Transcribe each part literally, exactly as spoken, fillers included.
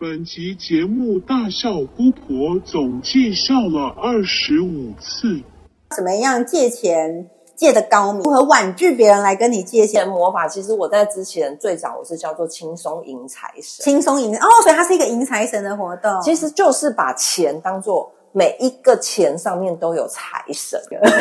本集节目大笑姑婆总计笑了二十五次。 怎么样借钱借的高明，如何婉拒别人来跟你借钱？ 魔法其实我在之前最早我是叫做轻松迎财神， 轻松迎哦，所以它是一个迎财神的活动。 其实就是把钱当作每一个钱上面都有财神。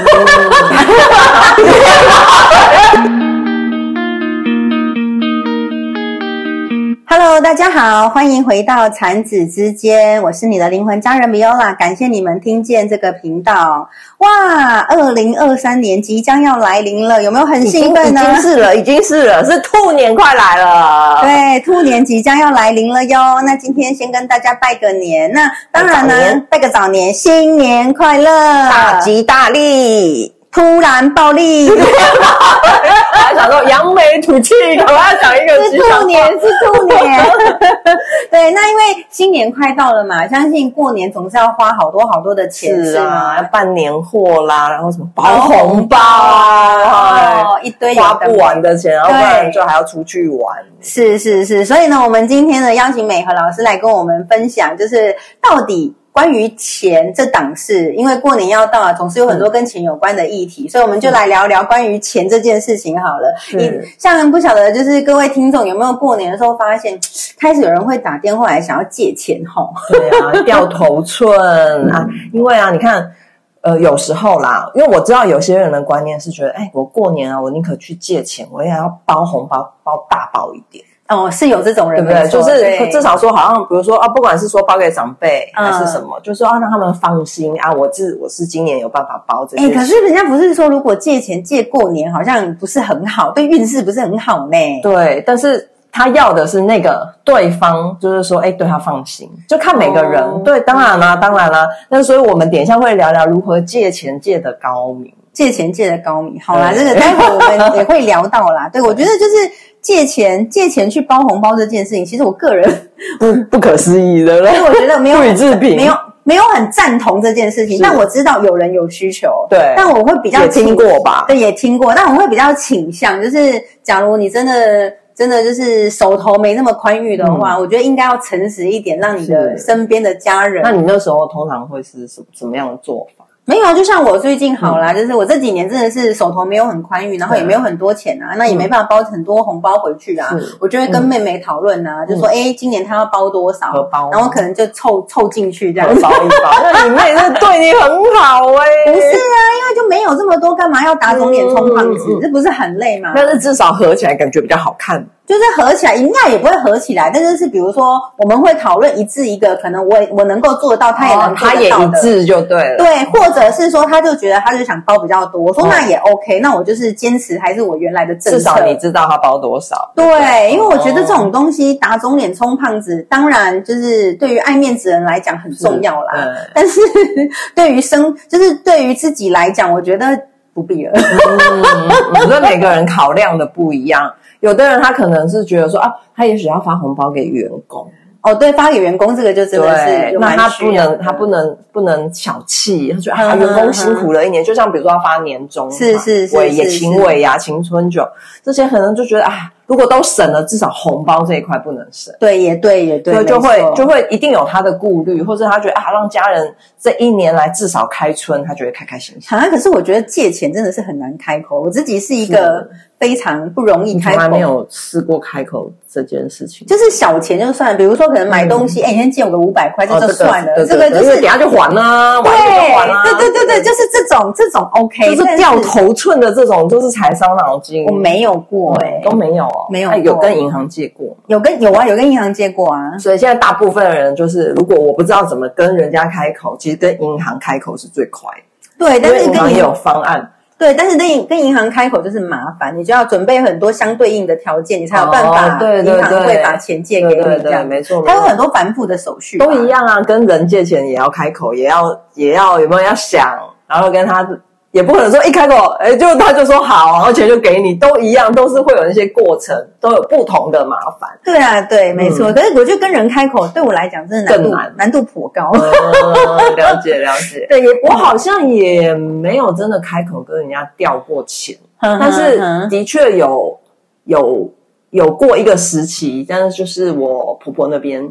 Hello， 大家好，欢迎回到产子之间，我是你的灵魂家人 Viola， 感谢你们听见这个频道。哇，二零二三年即将要来临了，有没有很兴奋呢？ 已经是了，已经是了，是兔年快来了。 对，兔年即将要来临了哟。那今天先跟大家拜个年，那当然呢，拜个早年，新年快乐， 大吉大利。 突然暴力， 我还想说扬眉吐气，赶快讲一个是兔年，是兔年。对，那因为新年快到了嘛，相信过年总是要花好多好多的钱， 是啊， 要办年货啦，然后什么包红包啊， 哦，一堆花不完的钱，然后不然就还要出去玩。 是是是，所以呢，我们今天呢邀请美和老师来跟我们分享，就是到底关于钱这档事，因为过年要到了，总是有很多跟钱有关的议题，嗯、所以我们就来聊聊关于钱这件事情好了。你像不晓得，就是各位听众有没有过年的时候发现，开始有人会打电话来想要借钱吼？ 对啊，掉头寸啊，因为啊，你看。呃，有时候啦，因为我知道有些人的观念是觉得，哎，我过年啊，我宁可去借钱，我也要包红包，包大包一点。 哦，是有这种人， 对不对？就是至少说，好像比如说啊，不管是说包给长辈还是什么，嗯、就是说要让他们放心啊，我是我是今年有办法包这些。 哎，可是人家不是说，如果借钱借过年，好像不是很好，对运势不是很好呢？ 对，但是。他要的是那个对方，就是说，哎，对他放心，就看每个人。哦、对，当然啦，当然啦。那所以我们等一下会聊聊如何借钱借得高明， 借钱借得高明。好啦，这个待会我们也会聊到啦。对，我觉得就是借钱借钱去包红包这件事情，其实我个人不不可思议的了。 因为我觉得没有不予置评， 没有。没有很赞同这件事情，但我知道有人有需求， 对， 但我会比较也听过吧， 对，也听过，但我会比较倾向，就是假如你真的真的就是手头没那么宽裕的话，嗯、我觉得应该要诚实一点，让你的身边的家人。 那你那时候通常会是什么什么样的做法？ 没有啊，就像我最近好啦、嗯、就是我这几年真的是手头没有很宽裕，然后也没有很多钱啊，那也没办法包很多红包回去啊，我就会跟妹妹讨论啊，嗯、就说哎、欸，今年她要包多少，然后可能就凑凑进去这样包一包。那你妹是对你很好哎、欸， 不是啊，因为就没有这么多，干嘛要打肿脸充胖子？嗯、这不是很累吗？ 但是至少合起来感觉比较好看。 就是合起来，应该也不会合起来，但是是比如说我们会讨论一致一个，可能我我能够做得到，他也能做得到的、哦、他也一致就对了。 对，或者是说他就觉得他就想包比较多，我说那也 OK，、哦、那我就是坚持还是我原来的政策。 至少你知道他包多少。 对，对因为我觉得这种东西打肿脸充胖子，当然就是对于爱面子人来讲很重要啦，是但是对于生就是对于自己来讲，我觉得不必了。 嗯，我觉得每个人考量的不一样。有的人他可能是觉得说啊，他也许要发红包给员工哦，对，发给员工这个就真的是那他不能他不能不能小气，他觉得啊，员工辛苦了一年，就像比如说要发年终， 是是是， 尾也请尾牙、请春酒，这些可能就觉得啊，如果都省了，至少红包这一块不能省。 对，也对，也对， 所以就会就会一定有他的顾虑，或者他觉得啊，让家人这一年来至少开春，他觉得开开心心。 啊，可是我觉得借钱真的是很难开口，我自己是一个非常不容易开口， 从来没有试过开口这件事情。 就是小钱就算了，比如说可能买东西，哎、嗯，你先借我个五百块，这就算了， 哦、 这个就是等一下就还啊，晚一点就还啊。 对对对对，就是这种这种 OK， 就是掉头寸的这种，就是才伤脑筋。 我没有过哎、欸嗯，都没有哦， 没有、 哎。有跟银行借过， 有跟有啊，有跟银行借过啊。 所以现在大部分的人就是，如果我不知道怎么跟人家开口，其实跟银行开口是最快的。 对，但是跟银行也有方案。 对，但是跟跟银行开口就是麻烦，你就要准备很多相对应的条件，你才有办法， 哦、对对对， 银行会把钱借给你， 对对对，这样没错， 它有很多繁复的手续， 都一样啊。跟人借钱也要开口，也要也要有没有要想，然后跟他。也不可能说一开口，哎，就他就说好，然后钱就给你，都一样，都是会有那些过程，都有不同的麻烦。 对啊，对，没错。嗯、可是我觉得跟人开口，对我来讲真的难度更难， 难度颇高。 嗯、了解了解。 对，也我好像也没有真的开口跟人家调过钱，但是的确有有有过一个时期，但是就是我婆婆那边。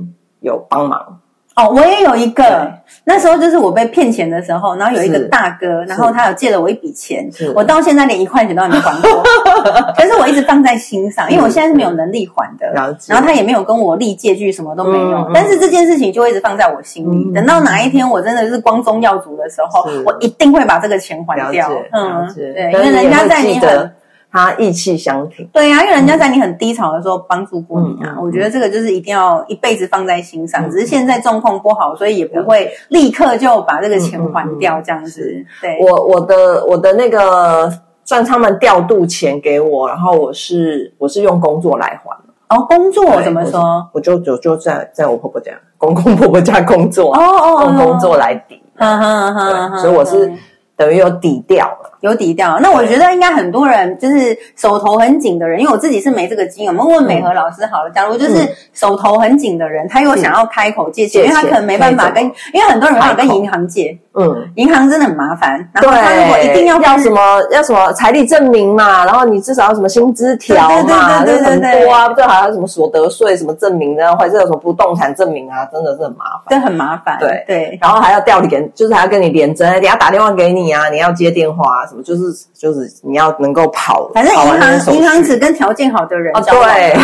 有帮忙。 哦，我也有一个，那时候就是我被骗钱的时候，然后有一个大哥，然后他有借了我一笔钱，我到现在连一块钱都还没还过，可是我一直放在心上，因为我现在是没有能力还的，然后他也没有跟我立借据，什么都没有，嗯、但是这件事情就会一直放在我心里，嗯、等到哪一天我真的是光宗耀祖的时候，我一定会把这个钱还掉。嗯，对，因为人家在你很。 他意气相挺， 对呀、啊，因为人家在你很低潮的时候帮助过你啊，嗯、我觉得这个就是一定要一辈子放在心上。嗯、只是现在状况不好，所以也不会立刻就把这个钱还掉，这样子。嗯、对， 我我的我的那个算他们调度钱给我，然后我是我是用工作来还。 哦，工作怎么说？ 我就就就在在我婆婆家，公公婆婆家工作， 哦哦， 用工作来抵， 哈哈哈， 所以我是。等于有抵掉了， 有抵掉。那我觉得应该很多人就是手头很紧的人，因为我自己是没这个经验。我们问美和老师好了，假如就是手头很紧的人，他又想要开口借钱，因为他可能没办法跟，因为很多人没办法跟银行借，嗯，银行真的很麻烦。然后他如果一定要要什么要什么财力证明嘛，然后你至少要什么薪资条嘛，对对对对对，很多啊，对，还有什么所得税什么证明呢，或者有什么不动产证明啊，真的是很麻烦， 这很麻烦，对对。 然后还要调连，就是还要跟你连针，等下打电话给你。啊，你要接电话啊，什么就是就是你要能够跑， 反正银行银行只跟条件好的人。 哦，对，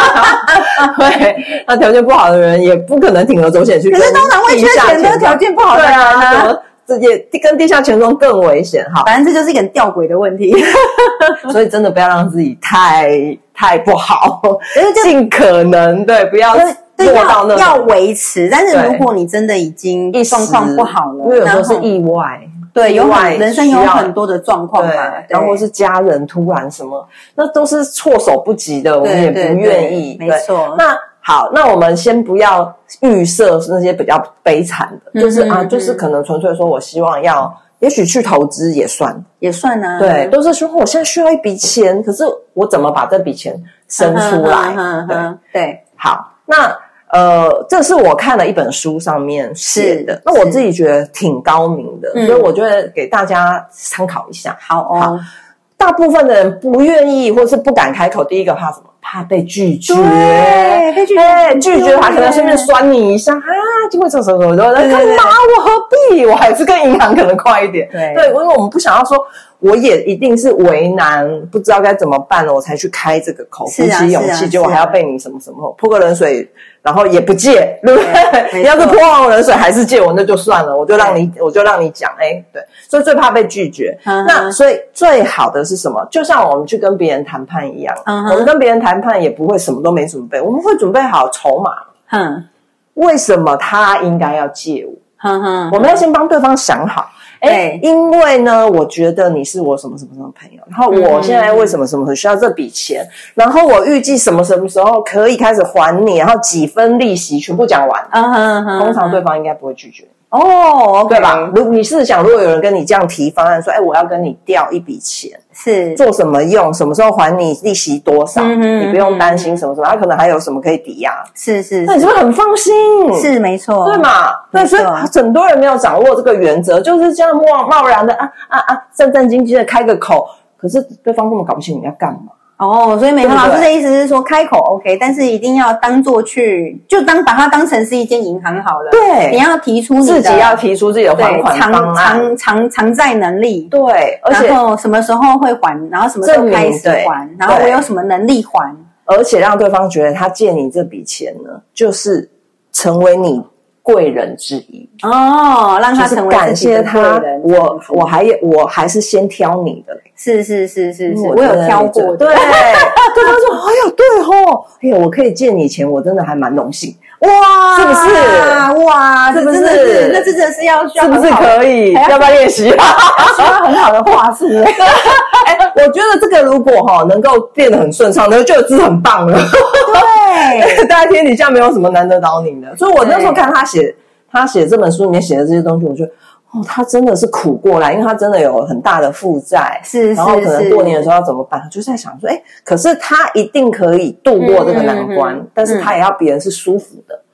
对，那条件不好的人也不可能铤而走险去。 可是通常会缺钱的条件不好的人啊， 这也跟地下钱庄更危险哈。 反正这就是一个很吊诡的问题， 所以真的不要让自己太太不好，尽可能对不要。 对，要要维持，但是如果你真的已经状况不好了， 因为有时候是意外。 对，有很人生有很多的状况嘛， 然后是家人突然什么，那都是措手不及的，我们也不愿意。 没错。 那好，那我们先不要预设那些比较悲惨的，就是啊，就是可能纯粹说我希望要，也许去投资也算， 也算啊。 对，都是说我现在需要一笔钱，可是我怎么把这笔钱生出来？ 对对， 好，那。呃，这是我看了一本书上面写的，那我自己觉得挺高明的，所以我觉得给大家参考一下。 好哦，好， 大部分的人不愿意或是不敢开口，第一个怕什么？怕被拒绝， 对，被拒绝， 拒绝还可能顺便酸你一下啊，就会这什么什么的，干嘛？我何必？我还是跟银行可能快一点， 对， 对，因为我们不想要说。我也一定是为难，不知道该怎么办了，我才去开这个口，鼓起勇气，结果还要被你什么什么泼个冷水，然后也不借，对不对？你要是泼完冷水还是借我，那就算了，我就让你，我就让你讲，哎，对，所以最怕被拒绝。嗯、那所以最好的是什么？就像我们去跟别人谈判一样，嗯、我们跟别人谈判也不会什么都没准备，我们会准备好筹码。嗯，为什么他应该要借我？嗯哼，我们要先帮对方想好。哎，因为呢，我觉得你是我什么什么什么朋友，然后我现在为什么什么很需要这笔钱，然后我预计什么什么时候可以开始还你，然后几分利息全部讲完，嗯哼哼，通常对方应该不会拒绝你。 哦， okay 对吧？如你试想，如果有人跟你这样提方案说，哎，我要跟你调一笔钱， 是做什么用，什么时候还你，利息多少，嗯哼，你不用担心什么什么，他可能还有什么可以抵押， 是是， 那你是不是很放心？ 是没错， 对嘛？对，所以很多人没有掌握这个原则，就是这样贸贸然的啊啊啊，战战兢兢的开个口，可是对方根本搞不清你要干嘛。 哦，所以美和老师的意思是说，开口 OK， 但是一定要当作去，就当把它当成是一间银行好了。 对， 你要提出你的自己要提出自己的还款方案， 偿偿偿债能力。 对，而且然后什么时候会还，然后什么时候开始还，然后我有什么能力还， 而且让对方觉得他借你这笔钱呢，就是成为你贵人之一哦，让他成为感谢他，我我还我还是先挑你的， 是是是是是，我有挑过， 对，对方说，哎呀，对吼，哎呀，我可以借你钱，我真的还蛮荣幸， 哇， 是不是？ 哇， 是不是？ 那真的是要需要是不是可以？要不要练习？需要很好的话术。 哎，我觉得这个如果哈能够变得很顺畅，那就有字很棒了。对，大家天底下没有什么难得倒你的，所以我那时候看他写他写这本书里面写的这些东西，我觉得哦，他真的是苦过来，因为他真的有很大的负债， 是， 然后可能过年的时候要怎么办，就在想说，哎，可是他一定可以度过这个难关，嗯嗯嗯、但是他也要别人是舒服的。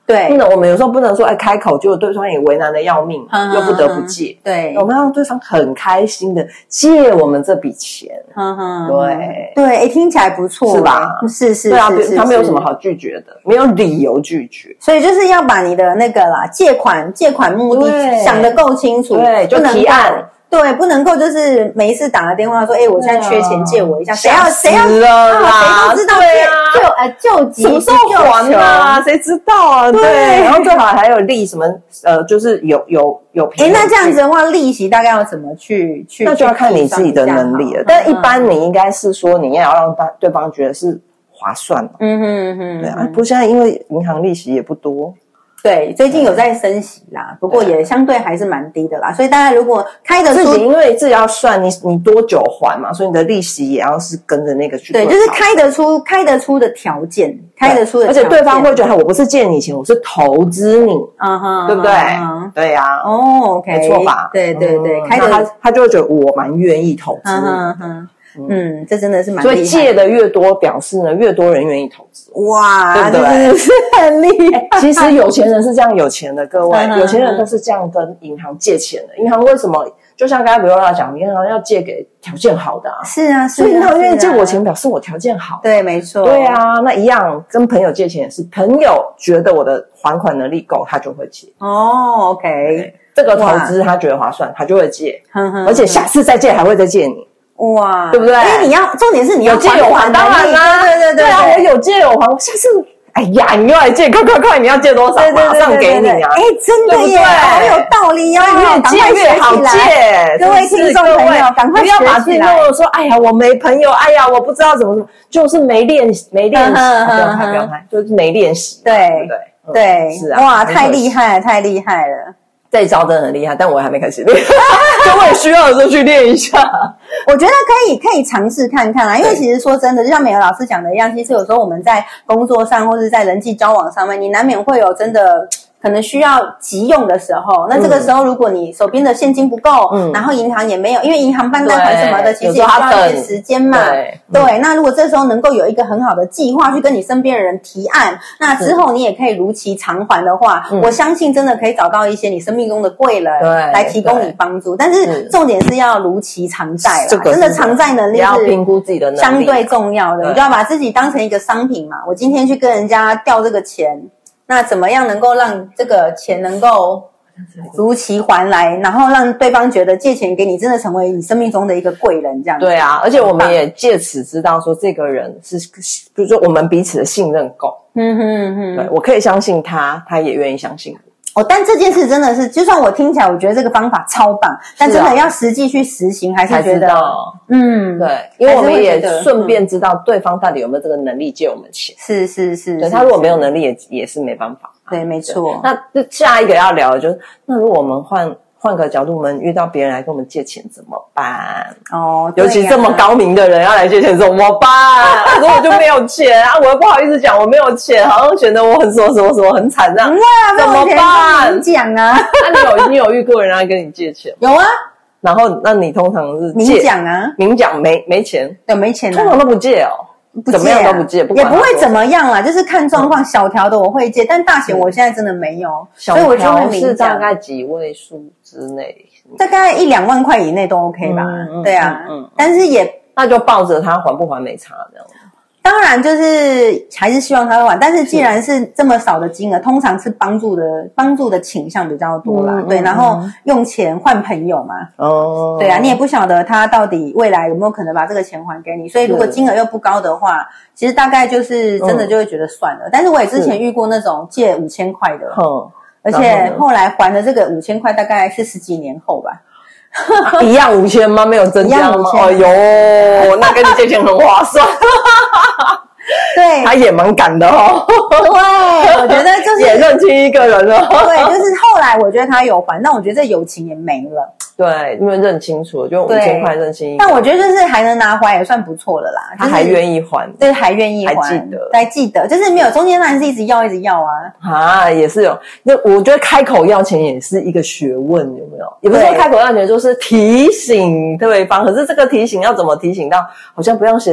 对， 不能，我们有时候不能说，哎，开口结果对方也为难的要命， 嗯又不得不借。 对， 我们要让对方很开心的借我们这笔钱。 嗯哼， 对对，哎，听起来不错， 是吧？ 是是， 对啊， 是他没有什么好拒绝的，没有理由拒绝。 所以就是要把你的那个啦，借款借款目的想得够清楚， 对，就提案。 对，不能够就是每一次打个电话说，哎，我现在缺钱，借我一下。谁要谁要了啊？谁都知道借就呃救急， 什么时候还啊？谁知道啊？对，然后最好还有利什么呃，就是有有有。 哎，那这样子的话，利息大概要怎么去去？ 那就要看你自己的能力了。但一般你应该是说，你也要让对方觉得是划算嘛。嗯哼嗯哼，对啊。不过现在因为银行利息也不多。 对，最近有在升息啦，不过也相对还是蛮低的啦，所以大家如果开得出， 自己因为自己要算你你多久还嘛，所以你的利息也要是跟着那个去。 对，就是开得出开得出的条件，开得出的条件， 而且对方会觉得我不是借你钱，我是投资你，嗯哼，对不对？对呀， 哦 ，OK， 没错吧？ 对对对，开得他他就会觉得我蛮愿意投资你。嗯，这真的是蛮厉害的。 所以借的越多，表示呢越多人愿意投资。 哇， 对不对？ 真的是很厉害。 其实有钱人是这样有钱的，各位，有钱人都是这样跟银行借钱的。银行为什么？就像刚才比如他讲，银行要借给条件好的啊。 是啊，是啊。 所以银行愿意借我钱，表示我条件好。 对，没错。 对啊，那一样跟朋友借钱也是，朋友觉得我的还款能力够，他就会借。 哦 ，OK， 这个投资他觉得划算，他就会借，而且下次再借还会再借你。 哇， 对不对？ 因为你要重点是你要有借有还，当然啦， 对对对对啊，我有借有还，我下次哎呀，你又来借，快快快，你要借多少？马上给你啊！ 哎，真的耶，好有道理哦， 越借越好借。 各位听众朋友，赶快不要把自己弄得说，哎呀，我没朋友，哎呀，我不知道怎么怎么，就是没练没练习，不要拍不要拍，就是没练习， 对对对， 是啊， 哇，太厉害了，太厉害了。 这一招真的很厉害，但我还没开始练，所以我也需要的时候去练一下。 我觉得可以，可以尝试看看啦。因为其实说真的，就像美娥老师讲的一样，其实有时候我们在工作上或是在人际交往上面，你难免会有真的可能需要急用的时候。那这个时候，如果你手边的现金不够，嗯，然后银行也没有，因为银行办贷款什么的，其实也需要一些时间嘛。对，对，那如果这时候能够有一个很好的计划去跟你身边的人提案，那之后你也可以如期偿还的话，我相信真的可以找到一些你生命中的贵人来提供你帮助。但是重点是要如期偿债啦，真的偿债能力要评估自己的能力， 相对重要的。你就要把自己当成一个商品嘛。我今天去跟人家调这个钱。那怎么样能够让这个钱能够如期还来，然后让对方觉得借钱给你真的成为你生命中的一个贵人这样子？ 对啊，而且我们也借此知道说这个人是，比如说我们彼此的信任够，嗯哼哼，对，我可以相信他，他也愿意相信我。 哦，但这件事真的是，就算我听起来我觉得这个方法超棒，但真的要实际去实行，还是觉得，嗯， 对，因为我们也顺便知道对方到底有没有这个能力借我们钱。 是是是， 对，他如果没有能力也也是没办法。 对，没错。 那下一个要聊的就是，那如果我们换换个角度，我们遇到别人来跟我们借钱怎么办？ 哦， 尤其这么高明的人要来借钱怎么办？如果我就没有钱啊，我又不好意思讲我没有钱，好像显得我很什么什么什么很惨这样。 不会啊， 怎么办？ 讲啊。 那你有你有遇过人来跟你借钱？ 有啊。 然后那你通常是明讲啊， 明讲没没钱， 对，没钱， 通常都不借哦。 不借、啊、 怎么样都不借，不也不会怎么样啦，就是看状况。小条的我会借，但大钱我现在真的没有，所以我就会明讲。 是大概几位数之内， 大概一两万块以内都 OK 吧？嗯、对啊，嗯嗯、但是也那就抱着他还不还没差这样。 当然，就是还是希望他会还，但是既然是这么少的金额，通常是帮助的帮助的倾向比较多啦。嗯、对，然后用钱换朋友嘛。哦，对啊，你也不晓得他到底未来有没有可能把这个钱还给你，所以如果金额又不高的话，其实大概就是真的就会觉得算了。嗯、但是我也之前遇过那种借五千块的，嗯、而且后来还的这个五千块大概是十几年后吧。 一样五千吗？没有增加吗？哦哟，那跟你借钱很划算。 对， 他也蛮敢的哦。 对，我觉得就是也认清一个人了。 对，就是后来我觉得他有还，但我觉得这友情也没了。 对，因为认清楚了，就五千块认清一个。 但我觉得就是还能拿回来也算不错了啦。 他还愿意还， 对，还愿意还， 还记得， 还记得，就是没有中间当然是一直要一直要啊。 啊，也是有。那我觉得开口要钱也是一个学问，有没有？也不是说开口要钱，就是提醒对方。可是这个提醒要怎么提醒到？好像不用学生。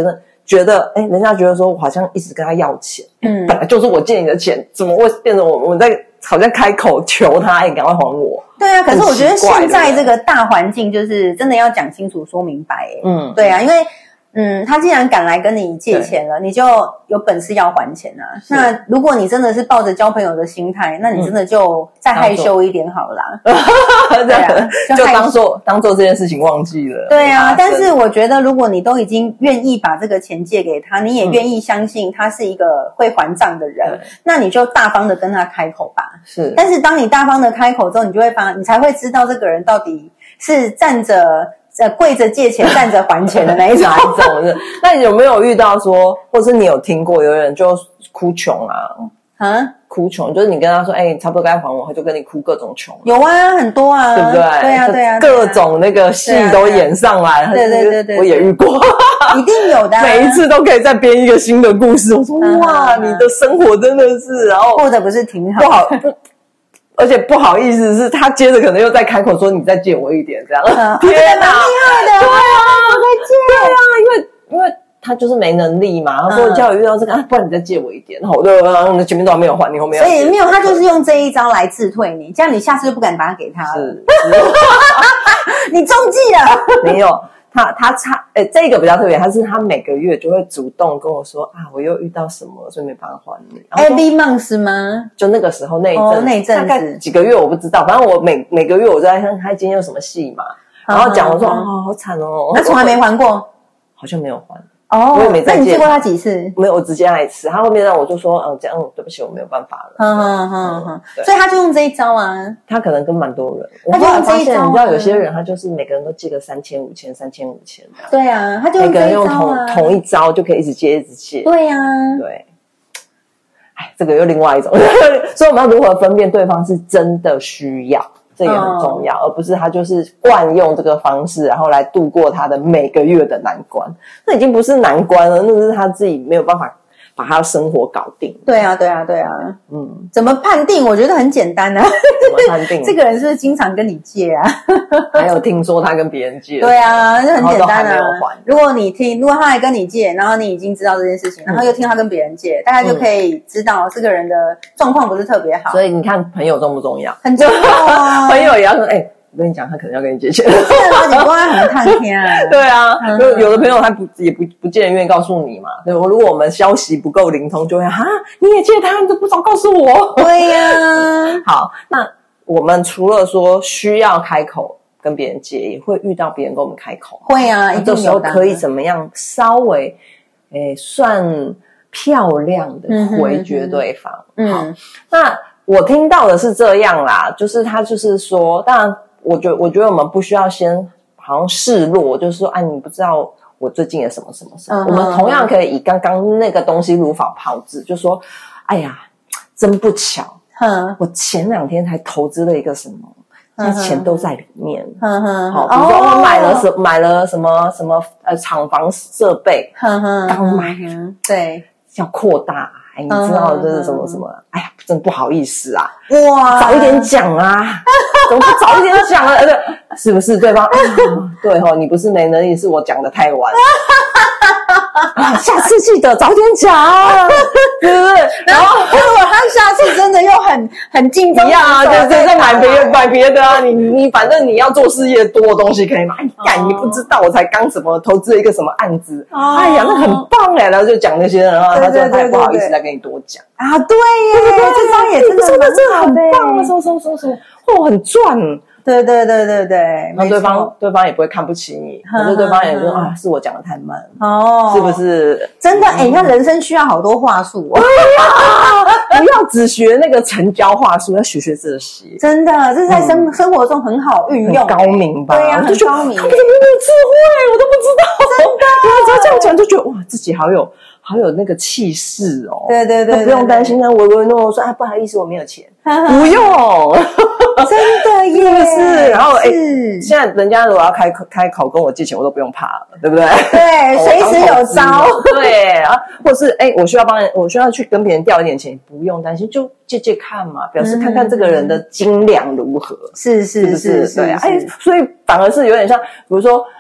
觉得，哎，人家觉得说我好像一直跟他要钱，嗯，本来就是我借你的钱，怎么会变成我我在好像开口求他，哎，赶快还我？ 对啊，可是我觉得现在这个大环境就是真的要讲清楚、说明白，哎，嗯，对啊，因为。嗯，他既然敢来跟你借钱了，你就有本事要还钱啊。那如果你真的是抱着交朋友的心态，那你真的就再害羞一点好了啦。 对啊，就, 就当做当做这件事情忘记了。 对啊，但是我觉得如果你都已经愿意把这个钱借给他，你也愿意相信他是一个会还账的人，嗯、那你就大方的跟他开口吧。 是， 但是当你大方的开口之后，你就会发，你才会知道这个人到底是站着。呃，跪着借钱，站着还钱的那一种。 一种是，那你有没有遇到说，或是你有听过有人就哭穷啊？啊，哭穷就是你跟他说，哎、欸，差不多该还我，他就跟你哭各种穷。 有啊，很多啊， 对不对？ 对啊，对啊， 各种那个戏都演上来。 对对对对， 我也遇过， 一定有的、啊。 每一次都可以再编一个新的故事。我说哇，你的生活真的是，然后过得不是挺好， 不好。不而且不好意思，是他接着可能又再开口说：“你再借我一点。”这样， 嗯、天哪，蛮厉害的， 对啊， 我再借， 对啊，因为因为他就是没能力嘛。他说：“叫我遇到这个，啊，不然你再借我一点。”然后我就嗯，前面都还没有还，你后面所以没有，他就是用这一招来自退你，这样你下次就不敢把它给他了。 是， 你中计了， 没有。他他差诶，这个比较特别，他是他每个月就会主动跟我说啊，我又遇到什么，所以没办法还你。 Every month 吗？ 就那个时候那一阵，哦、 那一阵子大概几个月我不知道，反正我每每个月我就在看他今天有什么戏嘛，然后讲我说啊、哦，好惨哦， 那从来没还过， 好像没有还。 哦， 我也没再那你借过他几次？ 没有，我只借他一次。他后面让我就说，嗯，这样对不起，我没有办法了。 嗯嗯嗯嗯，所以他就用这一招啊。 他可能跟蛮多人，他就用这一招、啊。你知道有些人他就是每个人都借个三千五千、三千五千的。 对啊，他就用这一招、啊、每个人用同同一招就可以一直借一直借。 对呀、啊， 对。哎，这个又另外一种，所以我们要如何分辨对方是真的需要？这也很重要，哦、而不是他就是惯用这个方式，然后来度过他的每个月的难关。那已经不是难关了，那是他自己没有办法把他的生活搞定。 对啊，对啊，对啊。嗯，怎么判定？我觉得很简单啊。 怎么判定？ 这个人是不是经常跟你借啊？ 还有听说他跟别人借。 对啊，这很简单啊。 还如果你听，如果他还跟你借，然后你已经知道这件事情，然后又听他跟别人借，嗯、大概就可以知道这个人的状况不是特别好。 所以你看，朋友重不重要？ 很重要啊。 朋友也要说，哎、欸。我跟你讲，他可能要跟你借钱。 是啊，你光很看天啊。 对啊，嗯、就有的朋友他不也不不见得愿意告诉你嘛。对，如果我们消息不够灵通，就会哈，你也借他，你都不早告诉我。 对呀、啊。 好，那我们除了说需要开口跟别人借，也会遇到别人跟我们开口。 会啊，一定有的。 这时候可以怎么样稍微诶算漂亮的回绝对方？嗯，好，那。我听到的是这样啦，就是他就是说，当然，我觉得我觉得我们不需要先好像示弱，就是说，哎、啊，你不知道我最近的什么什么什么。嗯、我们同样可以以刚刚那个东西如法炮制，就说，哎呀，真不巧，嗯、我前两天才投资了一个什么，现在钱都在里面。嗯嗯，好，比如说我买了什、哦、买了什么什么呃厂房设备，嗯嗯，刚买， 对， 要扩大。哎，你知道这是什么什么？哎呀，真不好意思啊！ 哇， 早一点讲啊！怎么不早一点讲了？是不是对方？对吼，你不是没能力，是我讲的太晚。啊，下次记得早点讲，是不是？ 然后如果他下次真的又很很竞争啊，对对，再买别买别的啊！你你反正你要做事业多的东西可以买，干、哦、你不知道，我才刚什么投资了一个什么案子，哦、哎呀，那很棒哎，然后就讲那些人啊，他就太不好意思再跟你多讲啊，对耶，这招也真的真的真的很棒啊，什么什么什么什么，哦，很赚。 对对对对对， 那对方对方也不会看不起你，可是对方也说啊，是我讲的太慢哦， 是不是？ 真的，哎、欸，你看人生需要好多话术哦， 不要只学那个成交话术，要学学这些。 真的，这是在生、嗯、生活中很好运用， 很高明吧？ 对呀、啊，很高明。 他们怎么没有智慧？我都不知道。真的，只要这样讲就觉得哇，自己好有好有那个气势哦。 对对 对, 對， 不用担心他唯唯诺诺说啊，不好意思，我没有钱，不用。 真的耶， 是不是？然后哎，现在人家如果要开口开口跟我借钱，我都不用怕了，对不对？ 对，随时有招。 对啊，或是哎，我需要帮人，我需要去跟别人调一点钱，不用担心，就借借看嘛，表示看看这个人的斤两如何。 是是是是， 对啊，哎，所以反而是有点像，比如说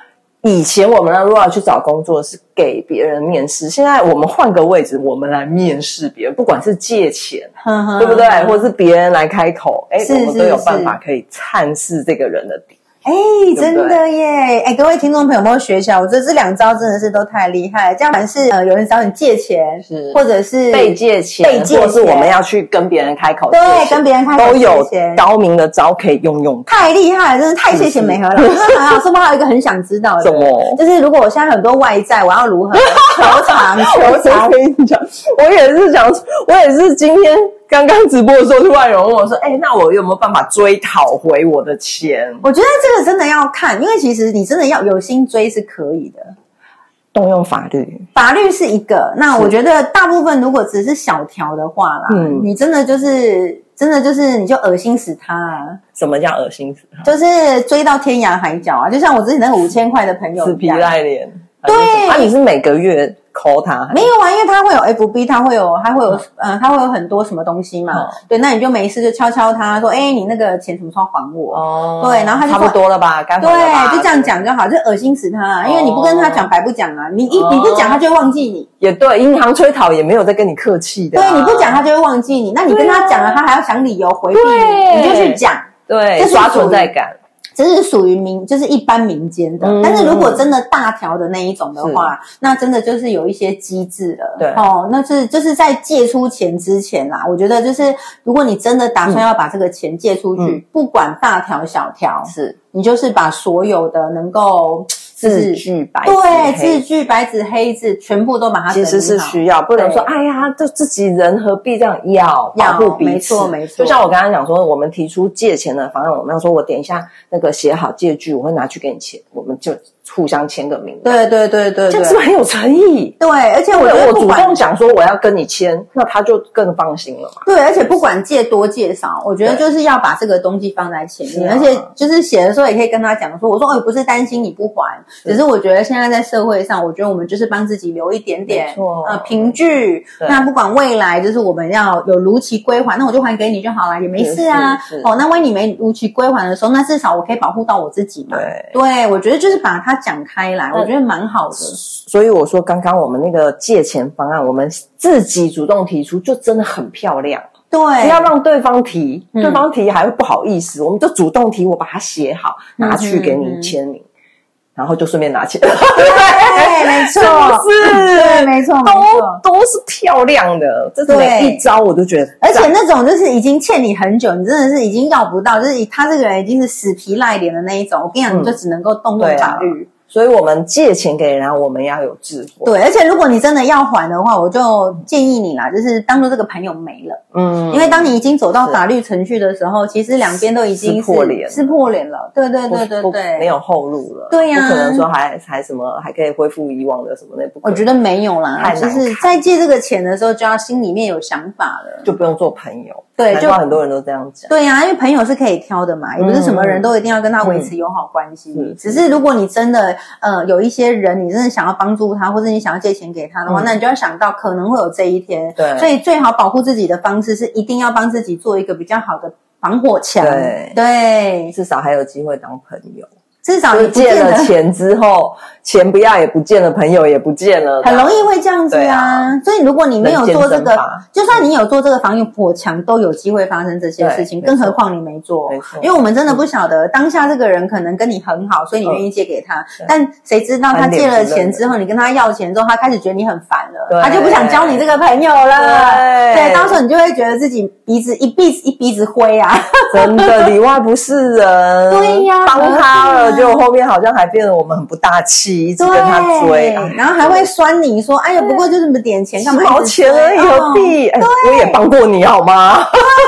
以前我们如果要去找工作是给别人面试，现在我们换个位置，我们来面试别人，不管是借钱， 呵呵对不对？或是别人来开口，哎， 是我们都有办是法可以探视这个人的点。 哎，真的耶！哎，各位听众朋友有没有学起来？我觉得这两招真的是都太厉害了。这样，不管是呃有人找你借钱， 是或者是被借钱， 被借钱， 或者是我们要去跟别人开口借对， 钱， 跟别人开口都有借钱高明的招可以用用。 太厉害了，真的太谢谢美和老师。老师，我还有一个很想知道的， 什么？ 就是如果我现在很多外债，我要如何求偿？求偿？ 我跟你讲，我也是想，我也是今天刚刚直播的时候，突然有人问我说：“哎，那我有没有办法追讨回我的钱？” 我觉得这个真的要看，因为其实你真的要有心追是可以的。 动用法律， 法律是一个。那我觉得大部分如果只是小条的话啦，嗯，你真的就是真的就是你就恶心死他啊！ 什么叫恶心死他？ 就是追到天涯海角啊！就像我之前那个五千块的朋友一样， 死皮赖脸。 对， 啊，你是每个月call他？ 没有啊，因为他会有 F B， 他会有，他会有，嗯、呃，他会有很多什么东西嘛。哦、对，那你就没事就敲敲他说，哎，你那个钱什么时候还我？哦，对，然后他就差不多了吧，该还了吧。 对，就这样讲就好，就恶心死他，因为你不跟他讲白不讲啊，你一、哦、你不讲他就会忘记你。 也对，银行催讨也没有在跟你客气的、啊。 对，你不讲他就会忘记你，那你跟他讲了，他还要想理由回避你，你就去讲， 对，刷存在感。 这是属于民，就是一般民间的、嗯。但是如果真的大条的那一种的话，那真的就是有一些机制了。 对， 哦，那是就是在借出钱之前啦，我觉得就是如果你真的打算要把这个钱借出去，嗯、不管大条小条， 是你就是把所有的能够。 字句白纸对，字句白纸黑字全部都把它整理好。 其实是需要，不能说哎呀，这自己人何必这样要保护彼此？ 没错没错。 就像我刚刚讲说，我们提出借钱的方案，我们要说我点一下那个写好借据，我会拿去给你钱，我们就互相签个名。 对对对对， 这样是不是很有诚意？ 对，而且我觉得我主动讲说我要跟你签，那他就更放心了嘛。 对，而且不管借多借少，我觉得就是要把这个东西放在前面，而且就是写的时候也可以跟他讲说，我说哦，不是担心你不还，只是我觉得现在在社会上，我觉得我们就是帮自己留一点点呃凭据。那不管未来就是我们要有如期归还，那我就还给你就好了，也没事啊。哦，那万一你没如期归还的时候，那至少我可以保护到我自己嘛。 对， 对，我觉得就是把它讲开来，我觉得蛮好的。 所以我说刚刚我们那个借钱方案，我们自己主动提出，就真的很漂亮。 对， 不要让对方提，嗯、对方提还会不好意思，我们就主动提，我把它写好，拿去给你签名。嗯嗯然后就顺便拿钱， 对，没错， 是， 对，没错， 都都是漂亮的，这每一招我都觉得， 而且那种就是已经欠你很久，你真的是已经要不到，就是他这个人已经是死皮赖脸的那一种，我跟你讲，你就只能够动用法律。 所以我们借钱给人，我们要有智慧。 对，而且如果你真的要还的话，我就建议你啦，就是当做这个朋友没了。嗯，因为当你已经走到法律程序的时候，其实两边都已经是撕破脸， 撕破脸了。对对对对对， 没有后路了。 对呀、啊， 不可能说还还什么还可以恢复以往的什么那不可能。 我觉得没有啦，就是在借这个钱的时候，就要心里面有想法了， 就不用做朋友。 对，就很多人都这样讲。 对呀、啊，因为朋友是可以挑的嘛，也不是什么人都一定要跟他维持友好关系。嗯、只是如果你真的呃有一些人，你真的想要帮助他，或者你想要借钱给他的话，嗯、那你就要想到可能会有这一天。 对， 所以最好保护自己的方式是一定要帮自己做一个比较好的防火墙。 对， 对， 至少还有机会当朋友。 至少你借了钱之后，钱不要也不见了，朋友也不见了， 很容易会这样子啊。啊所以如果你没有做这个，就算你有做这个防火墙，都有机会发生这些事情。更何况你没做， 没因为我们真的不晓得、嗯、当下这个人可能跟你很好，所以你愿意借给他。嗯、但谁知道他借了钱之后，你跟他要钱之后，他开始觉得你很烦了，他就不想交你这个朋友了。对，对到时候你就会觉得自己鼻子一鼻子一鼻子灰啊， 真的里外不是人。 对呀、啊， 帮他了，结果后面好像还变得我们很不大气，一直跟他追， 然后还会酸你说：“哎呀，不过就这么点钱，干嘛？ 十毛钱而已，何必？哎，我也帮过你好吗？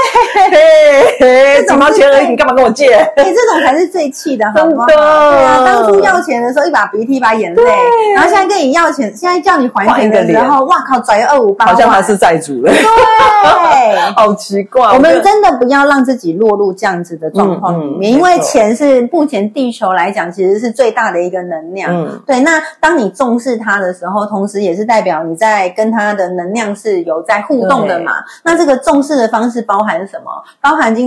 对，几毛钱而已，你干嘛跟我借？ 哎，这种才是最气的，好不好？对啊，当初要钱的时候一把鼻涕一把眼泪，然后现在跟你要钱，现在叫你还钱的时候，哇靠，拽二五八， 好像他是债主了。 对， 好奇怪。 我们真的不要让自己落入这样子的状况里面，因为钱是目前地球来讲其实是最大的一个能量。嗯，对。那当你重视它的时候，同时也是代表你在跟它的能量是有在互动的嘛。那这个重视的方式包含什么？包含今天我真的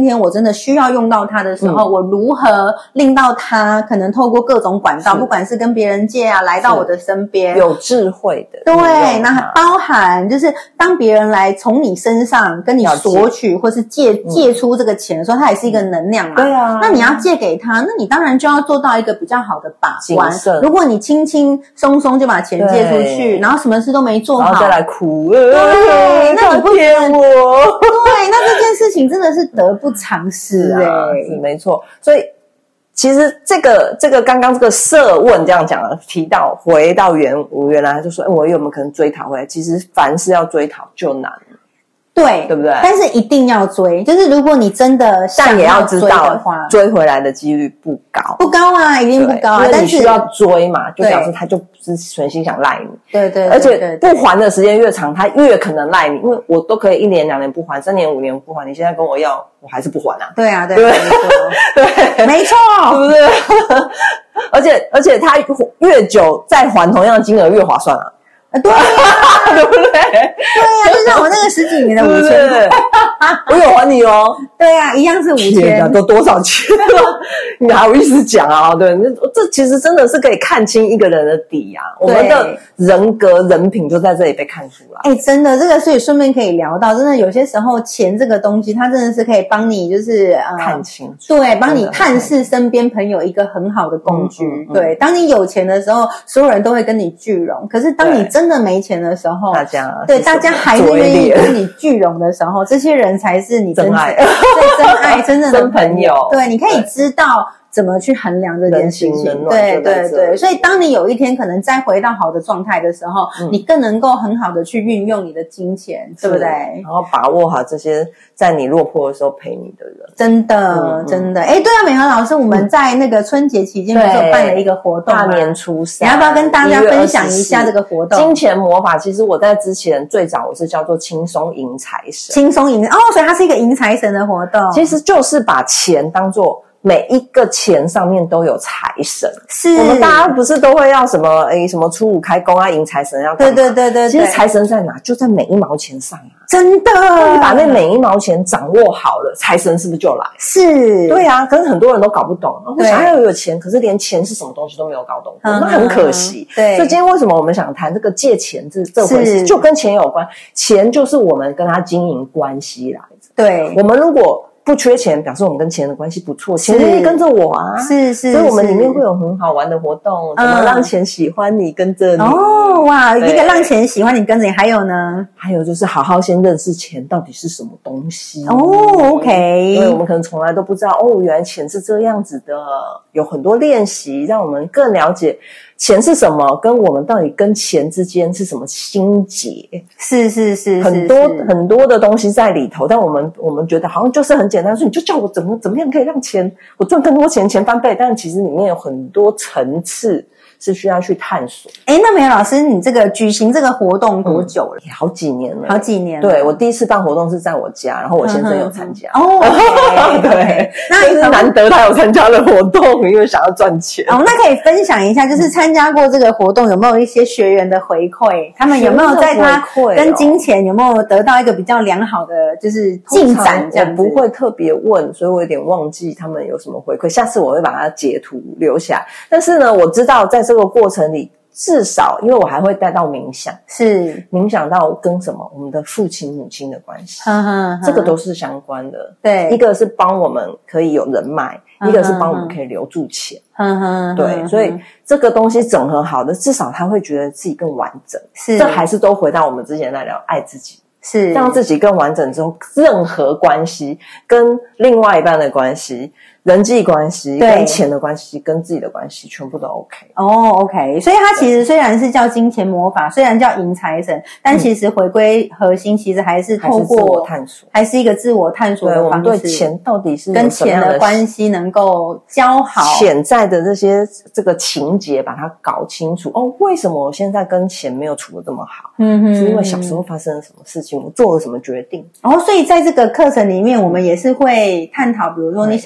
的需要用到它的时候， 嗯、 我如何令到它可能透过各种管道，不管是跟别人借啊，来到我的身边， 有智慧的。 对，那包含就是当别人来从你身上跟你索取或是借、嗯、借出这个钱的时候，它也是一个能量嘛。 对啊， 那你要借给他，那你当然就要做到一个比较好的把关。如果你轻轻松松就把钱借出去，然后什么事都没做好， 然后再来哭， 对，那你不骗我？ 对，那这件事情真的是得不偿失哎、 欸，是没错。所以其实这个这个刚刚这个设问这样讲了，提到回到原我原来他就说，哎，我有没有可能追讨回来？其实凡是要追讨就难。 对， 对不对？ 但是一定要追，就是如果你真的想要追的话， 追回来的几率不高， 不高啊，一定不高啊。 因为但是你需要追嘛，就表示他就不是存心想赖你。 对 对, 对, 对， 而且不还的时间越长，他越可能赖你，因为我都可以一年两年不还，三年五年不还，你现在跟我要，我还是不还啊。 对啊，对， 对没错， 对， 没错， 是不是？而且而且他越久再还同样的金额越划算啊。 对啊， 对不对？对啊，就像我那个十几年的五千块， 我有还你哦。 对啊，一样是五千， 都多少钱了？你还好意思讲啊？对，这其实真的是可以看清一个人的底啊，我们的人格人品就在这里被看出来。 哎，真的，这个所以顺便可以聊到，真的有些时候钱这个东西，它真的是可以帮你就是呃看清楚， 对，帮你探视身边朋友一个很好的工具。 嗯嗯嗯、 对，当你有钱的时候，所有人都会跟你聚拢，可是当你真的没钱的时候， 大家对大家还是愿意跟你聚拢的时候，这些人才是你真爱，对真爱，真正的真朋友。 对，你可以知道怎么去衡量这件事情。对对对，所以当你有一天可能再回到好的状态的时候，嗯、你更能够很好的去运用你的金钱，对不对？ 然后把握好这些在你落魄的时候陪你的人。 真的、嗯、真的，哎，对啊，美和老师，我们在那个春节期间不是有办了一个活动， 大年初三， 你要不要跟大家分享一下这个活动？ 金钱魔法，其实我在之前最早我是叫做轻松迎财神， 轻松迎哦，所以它是一个迎财神的活动， 其实就是把钱当作每一个钱上面都有财神， 是我们大家不是都会要什么诶什么初五开工啊，迎财神要干嘛？ 对对对 对, 对， 其实财神在哪？就在每一毛钱上啊！ 真的， 你把那每一毛钱掌握好了，财神是不是就来？ 是， 对啊。可是很多人都搞不懂，我想要有钱，可是连钱是什么东西都没有搞懂，那很可惜。 对， 所以今天为什么我们想谈这个借钱这这回事，就跟钱有关，钱就是我们跟他经营关系来的。 对， 我们如果不缺钱，表示我们跟钱的关系不错，钱愿意跟着我啊， 是是， 所以我们里面会有很好玩的活动，怎么让钱喜欢你，跟着你。 哦，哇，一个让钱喜欢你跟着你，还有呢？ 还有就是好好先认识钱到底是什么东西。 哦 ，OK， 因为我们可能从来都不知道，哦，原来钱是这样子的，有很多练习让我们更了解钱是什么，跟我们到底跟钱之间是什么心结。 是是是， 很多很多的东西在里头，但我们我们觉得好像就是很简单，说你就叫我怎么怎么样可以让钱我赚更多钱，钱翻倍，但其实里面有很多层次是需要去探索。 诶，那美有老师，你这个举行这个活动多久了？ 嗯、好几年了， 好几年了。 对，我第一次办活动是在我家，然后我先生有参加。 嗯、哦， okay, 对， okay, 那是难得他有参加的活动，因为想要赚钱。 哦，那可以分享一下，就是参加过这个活动有没有一些学员的回馈？他们有没有在他跟金钱有没有得到一个比较良好的就是进展？这样子我不会特别问，所以我有点忘记他们有什么回馈。下次我会把它截图留下来。但是呢，我知道在这个过程里，至少因为我还会带到冥想， 是冥想到跟什么我们的父亲母亲的关系， 呵呵呵， 这个都是相关的。 对， 一个是帮我们可以有人脉，一个是帮我们可以留住钱。 呵呵呵， 对，所以这个东西整合好的，至少他会觉得自己更完整。 是， 这还是都回到我们之前在聊爱自己。 是让自己更完整之后，任何关系跟另外一半的关系、人际关系、跟钱的关系、跟自己的关系，全部都 OK。 哦 ，OK。所以它其实虽然是叫金钱魔法，虽然叫迎财神，但其实回归核心，其实还是透过还是自我探索， 还是一个自我探索的方式。 对，我们对钱到底是跟钱的关系能够教好， 潜在的这些这个情节，把它搞清楚。哦，为什么我现在跟钱没有处得这么好？ 嗯哼， 是因为小时候发生了什么事情？我做了什么决定？ 然后，所以在这个课程里面，我们也是会探讨，比如说你小时候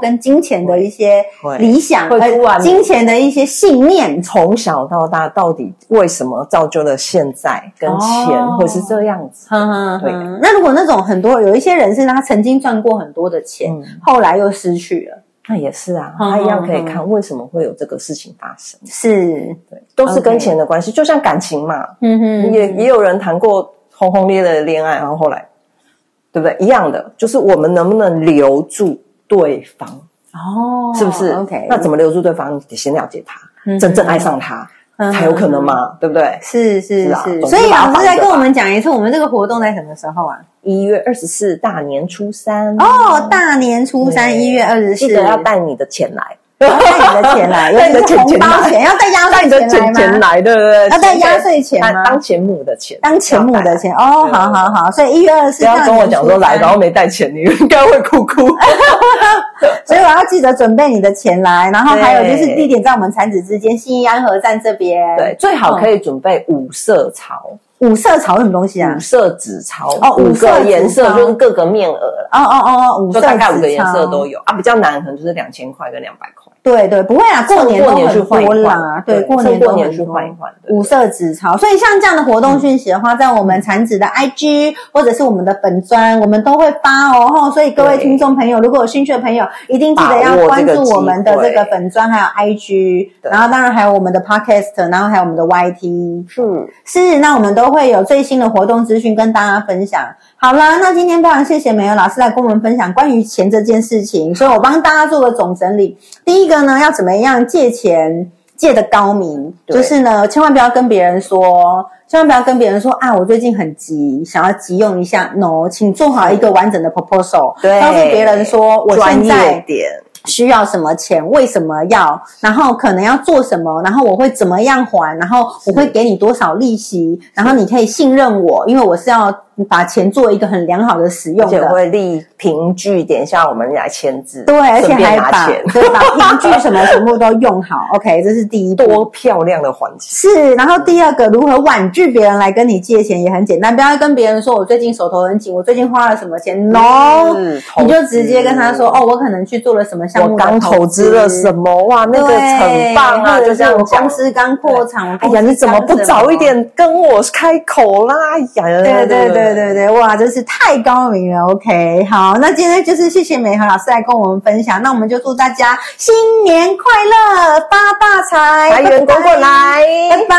跟金钱的一些理想， 会突然金钱的一些信念， 从小到大到底为什么造就了现在跟钱会是这样子？ 哦、呵呵对。 那如果那种很多有一些人是他曾经赚过很多的钱，嗯、后来又失去了。 那也是啊，他一样可以看为什么会有这个事情发生。 是， 对，都是跟钱的关系， okay. 就像感情嘛，嗯哼，也也有人谈过轰轰烈烈的恋爱，然后后来，对不对？一样的，就是我们能不能留住对方？哦，是不是 ？OK， 那怎么留住对方？你得先了解他，嗯、真正爱上他。才有可能嘛，对不对？ 是是 是, 是、啊，所以老师再跟我们讲一次，我们这个活动在什么时候啊？ 一月二十四，大年初三哦，大年初三，一月二十四， 记得要带你的钱来。 带你的钱来， 带你的红包钱，要带压岁钱来吗？ 钱来，对不对？ 要带压岁钱吗？ 当钱母的钱， 当钱母的钱。哦，好好好，所以一月二十四， 不要跟我讲说来，然后没带钱，你应该会哭哭。 所以我要记得准备你的钱来，然后还有就是地点在我们产子之间信义安和站这边。 对，最好可以准备五色槽。 五色槽是什么东西啊？ 五色纸钞哦， 五个颜色就是各个面额了。 哦哦哦，五色纸钞就大概五个颜色都有啊，比较难可能就是两千块跟两百块。 对对，不会啦，过年过年去换一换，对，过年过年去换一换。 五色纸钞，所以像这样的活动讯息的话，在我们产子的 I G 或者是我们的粉专，我们都会发哦。所以各位听众朋友，如果有兴趣的朋友，一定记得要关注我们的这个粉专，还有 I G， 然后当然还有我们的 Podcast， 然后还有我们的 Y T。 是是，那我们都会有最新的活动资讯跟大家分享。好啦，那今天非常谢谢美娥老师来跟我们分享关于钱这件事情，所以我帮大家做个总整理。第一个呢，要怎么样借钱借的高明，就是呢，千万不要跟别人说，千万不要跟别人说啊，我最近很急，想要急用一下。No， 请做好一个完整的 proposal， 告诉别人说我现在需要什么钱，为什么要，然后可能要做什么，然后我会怎么样还，然后我会给你多少利息，然后你可以信任我，因为我是要把钱做一个很良好的使用的， 而且会立凭据，等一下我们来签字， 对，而且还把对把凭据什么全部都用好。OK， 这是第一步， 多漂亮的环节是。然后第二个，如何婉拒别人来跟你借钱也很简单，不要跟别人说我最近手头很紧，我最近花了什么钱 ，no， 你就直接跟他说哦，我可能去做了什么项目， 我刚投资了什么，哇，那个很棒啊，就这样讲。 我公司刚扩厂， 哎呀，你怎么不早一点跟我开口啦？哎呀， 对对对对对，哇，真是太高明了。OK， 好，那今天就是谢谢美和老师来跟我们分享，那我们就祝大家新年快乐，发大财， 财源滚滚来， 拜拜。